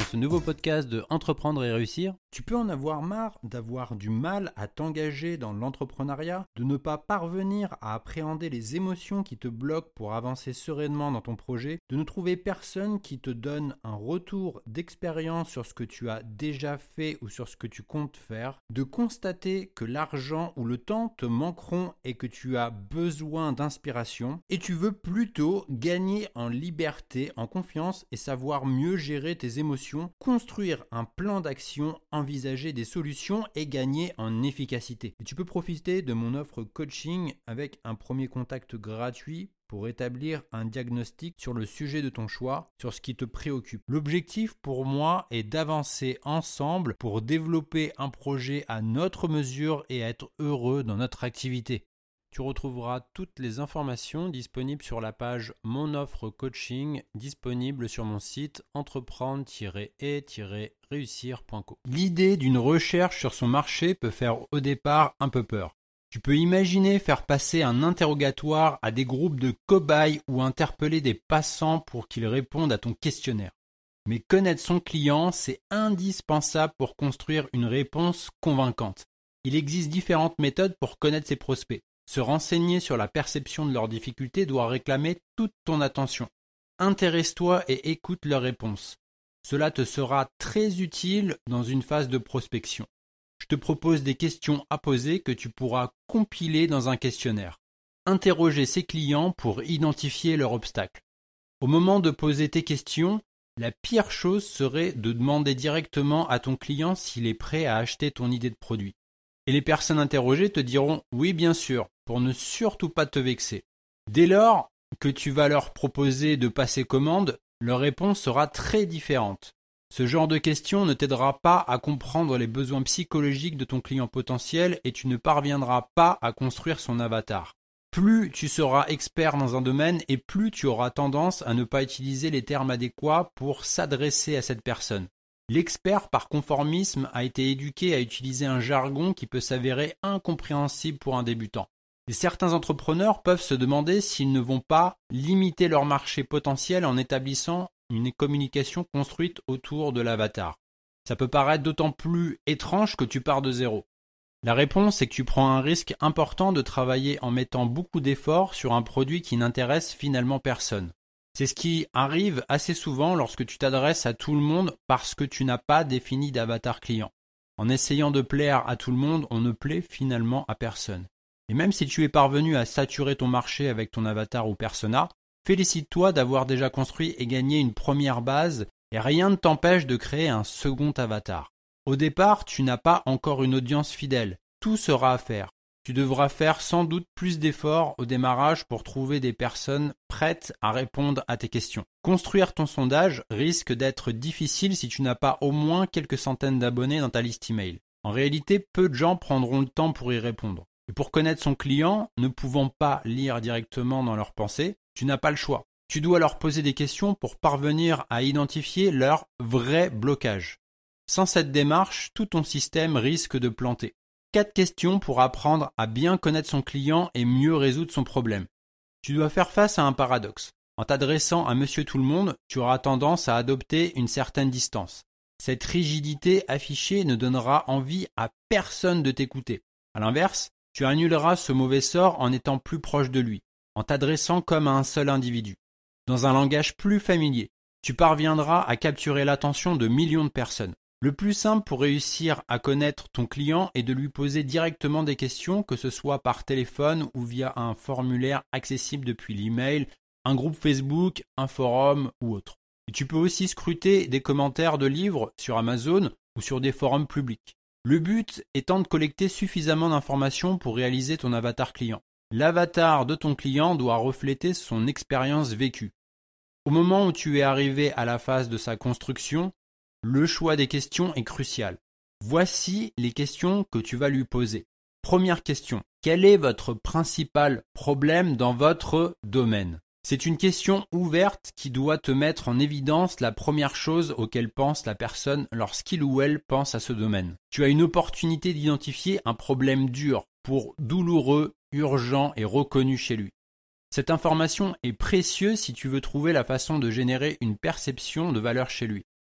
ce nouveau podcast de Entreprendre et réussir. Tu peux en avoir marre d'avoir du mal à t'engager dans l'entrepreneuriat, de ne pas parvenir à appréhender les émotions qui te bloquent pour avancer sereinement dans ton projet, de ne trouver personne qui te donne un retour d'expérience sur ce que tu as déjà fait ou sur ce que tu comptes faire, de constater que l'argent ou le temps te manqueront et que tu as besoin d'inspiration, et tu veux plutôt gagner en liberté, en confiance et savoir mieux gérer tes émotions, construire un plan d'action, envisager des solutions et gagner en efficacité. Et tu peux profiter de mon offre coaching avec un premier contact gratuit pour établir un diagnostic sur le sujet de ton choix, sur ce qui te préoccupe. L'objectif pour moi est d'avancer ensemble pour développer un projet à notre mesure et être heureux dans notre activité. Tu retrouveras toutes les informations disponibles sur la page Mon offre coaching, disponible sur mon site entreprendre-et-réussir.co. L'idée d'une recherche sur son marché peut faire au départ un peu peur. Tu peux imaginer faire passer un interrogatoire à des groupes de cobayes ou interpeller des passants pour qu'ils répondent à ton questionnaire. Mais connaître son client, c'est indispensable pour construire une réponse convaincante. Il existe différentes méthodes pour connaître ses prospects. Se renseigner sur la perception de leurs difficultés doit réclamer toute ton attention. Intéresse-toi et écoute leurs réponses. Cela te sera très utile dans une phase de prospection. Je te propose des questions à poser que tu pourras compiler dans un questionnaire. Interroger ses clients pour identifier leurs obstacles. Au moment de poser tes questions, la pire chose serait de demander directement à ton client s'il est prêt à acheter ton idée de produit. Et les personnes interrogées te diront « oui, bien sûr », pour ne surtout pas te vexer. Dès lors que tu vas leur proposer de passer commande, leur réponse sera très différente. Ce genre de question ne t'aidera pas à comprendre les besoins psychologiques de ton client potentiel et tu ne parviendras pas à construire son avatar. Plus tu seras expert dans un domaine et plus tu auras tendance à ne pas utiliser les termes adéquats pour s'adresser à cette personne. L'expert par conformisme a été éduqué à utiliser un jargon qui peut s'avérer incompréhensible pour un débutant. Et certains entrepreneurs peuvent se demander s'ils ne vont pas limiter leur marché potentiel en établissant une communication construite autour de l'avatar. Ça peut paraître d'autant plus étrange que tu pars de zéro. La réponse est que tu prends un risque important de travailler en mettant beaucoup d'efforts sur un produit qui n'intéresse finalement personne. C'est ce qui arrive assez souvent lorsque tu t'adresses à tout le monde parce que tu n'as pas défini d'avatar client. En essayant de plaire à tout le monde, on ne plaît finalement à personne. Et même si tu es parvenu à saturer ton marché avec ton avatar ou persona, félicite-toi d'avoir déjà construit et gagné une première base et rien ne t'empêche de créer un second avatar. Au départ, tu n'as pas encore une audience fidèle. Tout sera à faire. Tu devras faire sans doute plus d'efforts au démarrage pour trouver des personnes prêtes à répondre à tes questions. Construire ton sondage risque d'être difficile si tu n'as pas au moins quelques centaines d'abonnés dans ta liste email. En réalité, peu de gens prendront le temps pour y répondre. Et pour connaître son client, ne pouvant pas lire directement dans leurs pensées, tu n'as pas le choix. Tu dois leur poser des questions pour parvenir à identifier leur vrai blocage. Sans cette démarche, tout ton système risque de planter. 4 questions pour apprendre à bien connaître son client et mieux résoudre son problème. Tu dois faire face à un paradoxe. En t'adressant à Monsieur Tout-le-Monde, tu auras tendance à adopter une certaine distance. Cette rigidité affichée ne donnera envie à personne de t'écouter. À l'inverse, tu annuleras ce mauvais sort en étant plus proche de lui, en t'adressant comme à un seul individu. Dans un langage plus familier, tu parviendras à capturer l'attention de millions de personnes. Le plus simple pour réussir à connaître ton client est de lui poser directement des questions, que ce soit par téléphone ou via un formulaire accessible depuis l'email, un groupe Facebook, un forum ou autre. Et tu peux aussi scruter des commentaires de livres sur Amazon ou sur des forums publics. Le but étant de collecter suffisamment d'informations pour réaliser ton avatar client. L'avatar de ton client doit refléter son expérience vécue. Au moment où tu es arrivé à la phase de sa construction, le choix des questions est crucial. Voici les questions que tu vas lui poser. Première question. Quel est votre principal problème dans votre domaine ? C'est une question ouverte qui doit te mettre en évidence la première chose auquel pense la personne lorsqu'il ou elle pense à ce domaine. Tu as une opportunité d'identifier un problème dur, pour douloureux, urgent et reconnu chez lui. Cette information est précieuse si tu veux trouver la façon de générer une perception de valeur chez lui.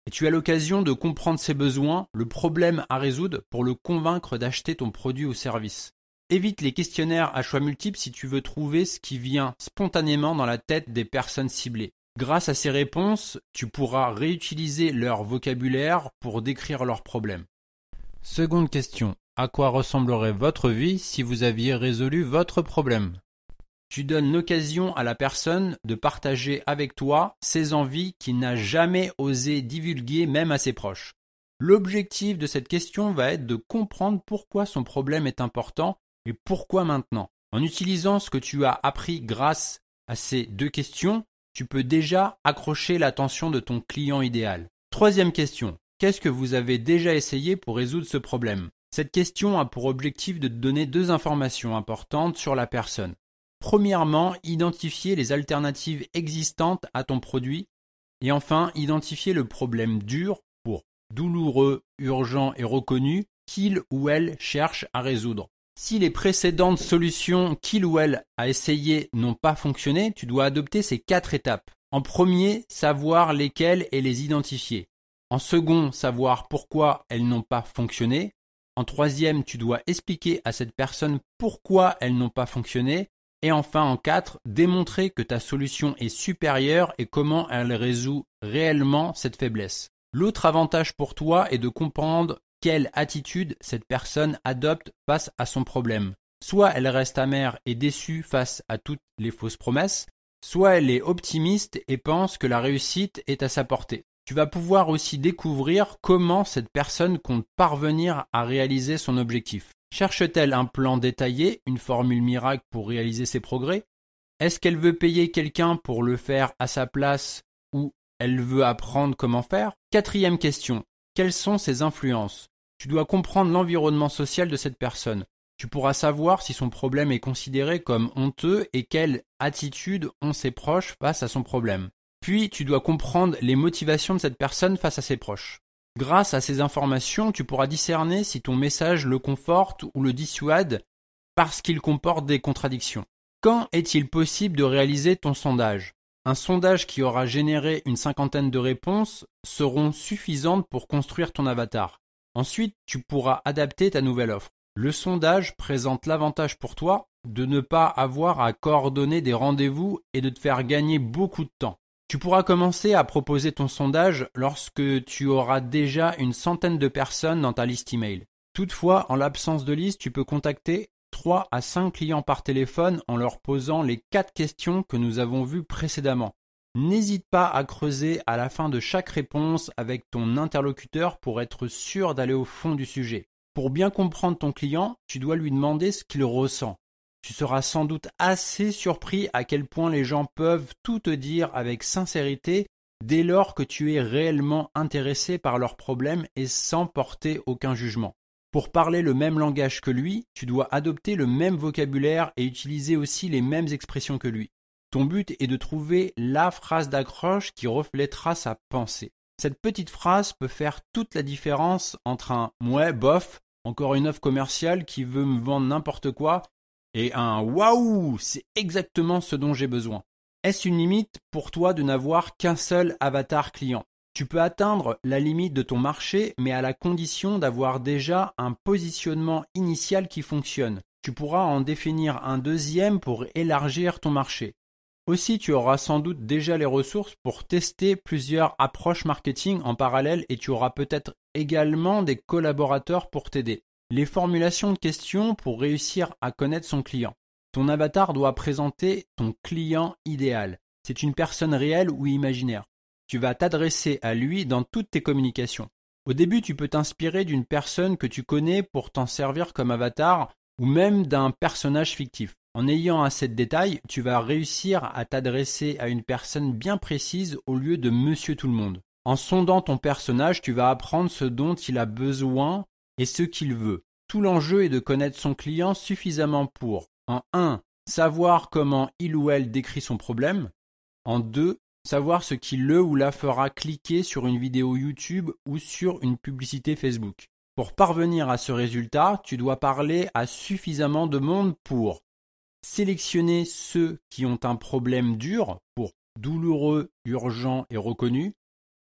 Et tu as l'occasion de comprendre ses besoins, le problème à résoudre pour le convaincre d'acheter ton produit ou service. Évite les questionnaires à choix multiples si tu veux trouver ce qui vient spontanément dans la tête des personnes ciblées. Grâce à ces réponses, tu pourras réutiliser leur vocabulaire pour décrire leurs problèmes. Seconde question. À quoi ressemblerait votre vie si vous aviez résolu votre problème? Tu donnes l'occasion à la personne de partager avec toi ses envies qu'il n'a jamais osé divulguer même à ses proches. L'objectif de cette question va être de comprendre pourquoi son problème est important et pourquoi maintenant. En utilisant ce que tu as appris grâce à ces deux questions, tu peux déjà accrocher l'attention de ton client idéal. Troisième question. Qu'est-ce que vous avez déjà essayé pour résoudre ce problème? Cette question a pour objectif de te donner deux informations importantes sur la personne. Premièrement, identifier les alternatives existantes à ton produit. Et enfin, identifier le problème dur pour douloureux, urgent et reconnu qu'il ou elle cherche à résoudre. Si les précédentes solutions qu'il ou elle a essayées n'ont pas fonctionné, tu dois adopter ces 4 étapes. En premier, savoir lesquelles et les identifier. En second, savoir pourquoi elles n'ont pas fonctionné. En troisième, tu dois expliquer à cette personne pourquoi elles n'ont pas fonctionné. Et enfin, en 4, démontrer que ta solution est supérieure et comment elle résout réellement cette faiblesse. L'autre avantage pour toi est de comprendre quelle attitude cette personne adopte face à son problème. Soit elle reste amère et déçue face à toutes les fausses promesses, soit elle est optimiste et pense que la réussite est à sa portée. Tu vas pouvoir aussi découvrir comment cette personne compte parvenir à réaliser son objectif. Cherche-t-elle un plan détaillé, une formule miracle pour réaliser ses progrès? Est-ce qu'elle veut payer quelqu'un pour le faire à sa place ou elle veut apprendre comment faire? Quatrième question. Quelles sont ses influences? Tu dois comprendre l'environnement social de cette personne. Tu pourras savoir si son problème est considéré comme honteux et quelle attitude ont ses proches face à son problème. Puis, tu dois comprendre les motivations de cette personne face à ses proches. Grâce à ces informations, tu pourras discerner si ton message le conforte ou le dissuade parce qu'il comporte des contradictions. Quand est-il possible de réaliser ton sondage? Un sondage qui aura généré une 50aine de réponses seront suffisantes pour construire ton avatar. Ensuite, tu pourras adapter ta nouvelle offre. Le sondage présente l'avantage pour toi de ne pas avoir à coordonner des rendez-vous et de te faire gagner beaucoup de temps. Tu pourras commencer à proposer ton sondage lorsque tu auras déjà une centaine de personnes dans ta liste email. Toutefois, en l'absence de liste, tu peux contacter 3 à 5 clients par téléphone en leur posant les 4 questions que nous avons vues précédemment. N'hésite pas à creuser à la fin de chaque réponse avec ton interlocuteur pour être sûr d'aller au fond du sujet. Pour bien comprendre ton client, tu dois lui demander ce qu'il ressent. Tu seras sans doute assez surpris à quel point les gens peuvent tout te dire avec sincérité dès lors que tu es réellement intéressé par leurs problèmes et sans porter aucun jugement. Pour parler le même langage que lui, tu dois adopter le même vocabulaire et utiliser aussi les mêmes expressions que lui. Ton but est de trouver la phrase d'accroche qui reflètera sa pensée. Cette petite phrase peut faire toute la différence entre un « ouais, bof », encore une offre commerciale qui veut me vendre n'importe quoi, et un « waouh, c'est exactement ce dont j'ai besoin ». Est-ce une limite pour toi de n'avoir qu'un seul avatar client? Tu peux atteindre la limite de ton marché, mais à la condition d'avoir déjà un positionnement initial qui fonctionne. Tu pourras en définir un deuxième pour élargir ton marché. Aussi, tu auras sans doute déjà les ressources pour tester plusieurs approches marketing en parallèle et tu auras peut-être également des collaborateurs pour t'aider. Les formulations de questions pour réussir à connaître son client. Ton avatar doit présenter ton client idéal. C'est une personne réelle ou imaginaire. Tu vas t'adresser à lui dans toutes tes communications. Au début, tu peux t'inspirer d'une personne que tu connais pour t'en servir comme avatar ou même d'un personnage fictif. En ayant assez de détails, tu vas réussir à t'adresser à une personne bien précise au lieu de Monsieur Tout-le-Monde. En sondant ton personnage, tu vas apprendre ce dont il a besoin et ce qu'il veut. Tout l'enjeu est de connaître son client suffisamment pour, en 1, savoir comment il ou elle décrit son problème, en 2, savoir ce qui le ou la fera cliquer sur une vidéo YouTube ou sur une publicité Facebook. Pour parvenir à ce résultat, tu dois parler à suffisamment de monde pour sélectionner ceux qui ont un problème dur, pour douloureux, urgent et reconnu,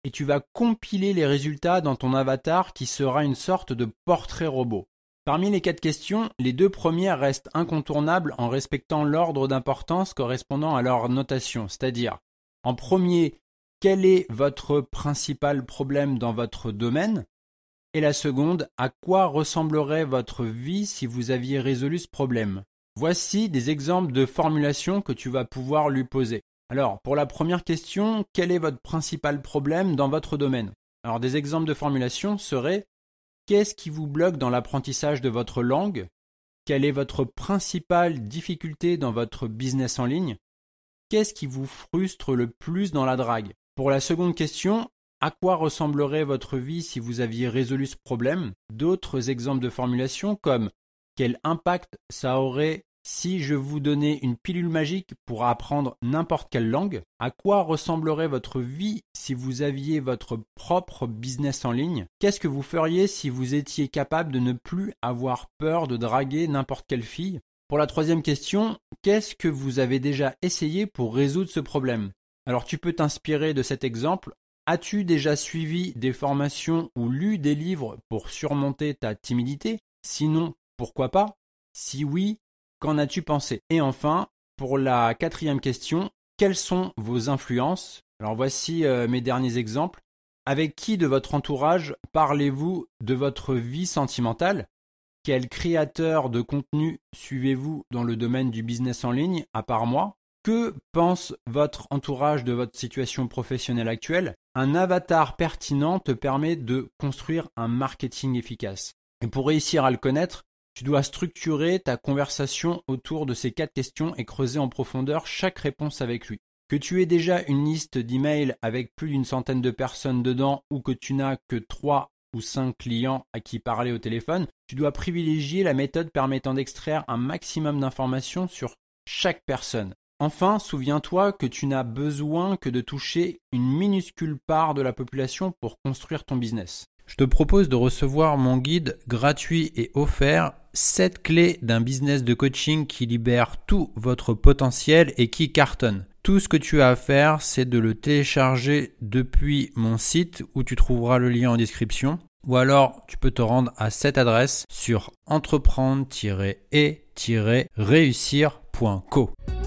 et tu vas compiler les résultats dans ton avatar qui sera une sorte de portrait robot. Parmi les 4 questions, les 2 premières restent incontournables en respectant l'ordre d'importance correspondant à leur notation, c'est-à-dire en premier, quel est votre principal problème dans votre domaine? Et la seconde, à quoi ressemblerait votre vie si vous aviez résolu ce problème? Voici des exemples de formulations que tu vas pouvoir lui poser. Alors, pour la première question, quel est votre principal problème dans votre domaine? Alors, des exemples de formulations seraient: qu'est-ce qui vous bloque dans l'apprentissage de votre langue? Quelle est votre principale difficulté dans votre business en ligne? Qu'est-ce qui vous frustre le plus dans la drague? Pour la seconde question, à quoi ressemblerait votre vie si vous aviez résolu ce problème? D'autres exemples de formulation comme: quel impact ça aurait si je vous donnais une pilule magique pour apprendre n'importe quelle langue? À quoi ressemblerait votre vie si vous aviez votre propre business en ligne? Qu'est-ce que vous feriez si vous étiez capable de ne plus avoir peur de draguer n'importe quelle fille? Pour la troisième question, qu'est-ce que vous avez déjà essayé pour résoudre ce problème? Alors tu peux t'inspirer de cet exemple. As-tu déjà suivi des formations ou lu des livres pour surmonter ta timidité? Sinon, pourquoi pas? Si oui, qu'en as-tu pensé? Et enfin, pour la quatrième question, quelles sont vos influences? Alors voici mes derniers exemples. Avec qui de votre entourage parlez-vous de votre vie sentimentale? Quel créateur de contenu suivez-vous dans le domaine du business en ligne, à part moi? Que pense votre entourage de votre situation professionnelle actuelle? Un avatar pertinent te permet de construire un marketing efficace. Et pour réussir à le connaître, tu dois structurer ta conversation autour de ces 4 questions et creuser en profondeur chaque réponse avec lui. Que tu aies déjà une liste d'emails avec plus d'une centaine de personnes dedans ou que tu n'as que 3 ou 5 clients à qui parler au téléphone, tu dois privilégier la méthode permettant d'extraire un maximum d'informations sur chaque personne. Enfin, souviens-toi que tu n'as besoin que de toucher une minuscule part de la population pour construire ton business. Je te propose de recevoir mon guide gratuit et offert 7 clés d'un business de coaching qui libère tout votre potentiel et qui cartonne. Tout ce que tu as à faire, c'est de le télécharger depuis mon site où tu trouveras le lien en description. Ou alors, tu peux te rendre à cette adresse sur entreprendre-et-réussir.co.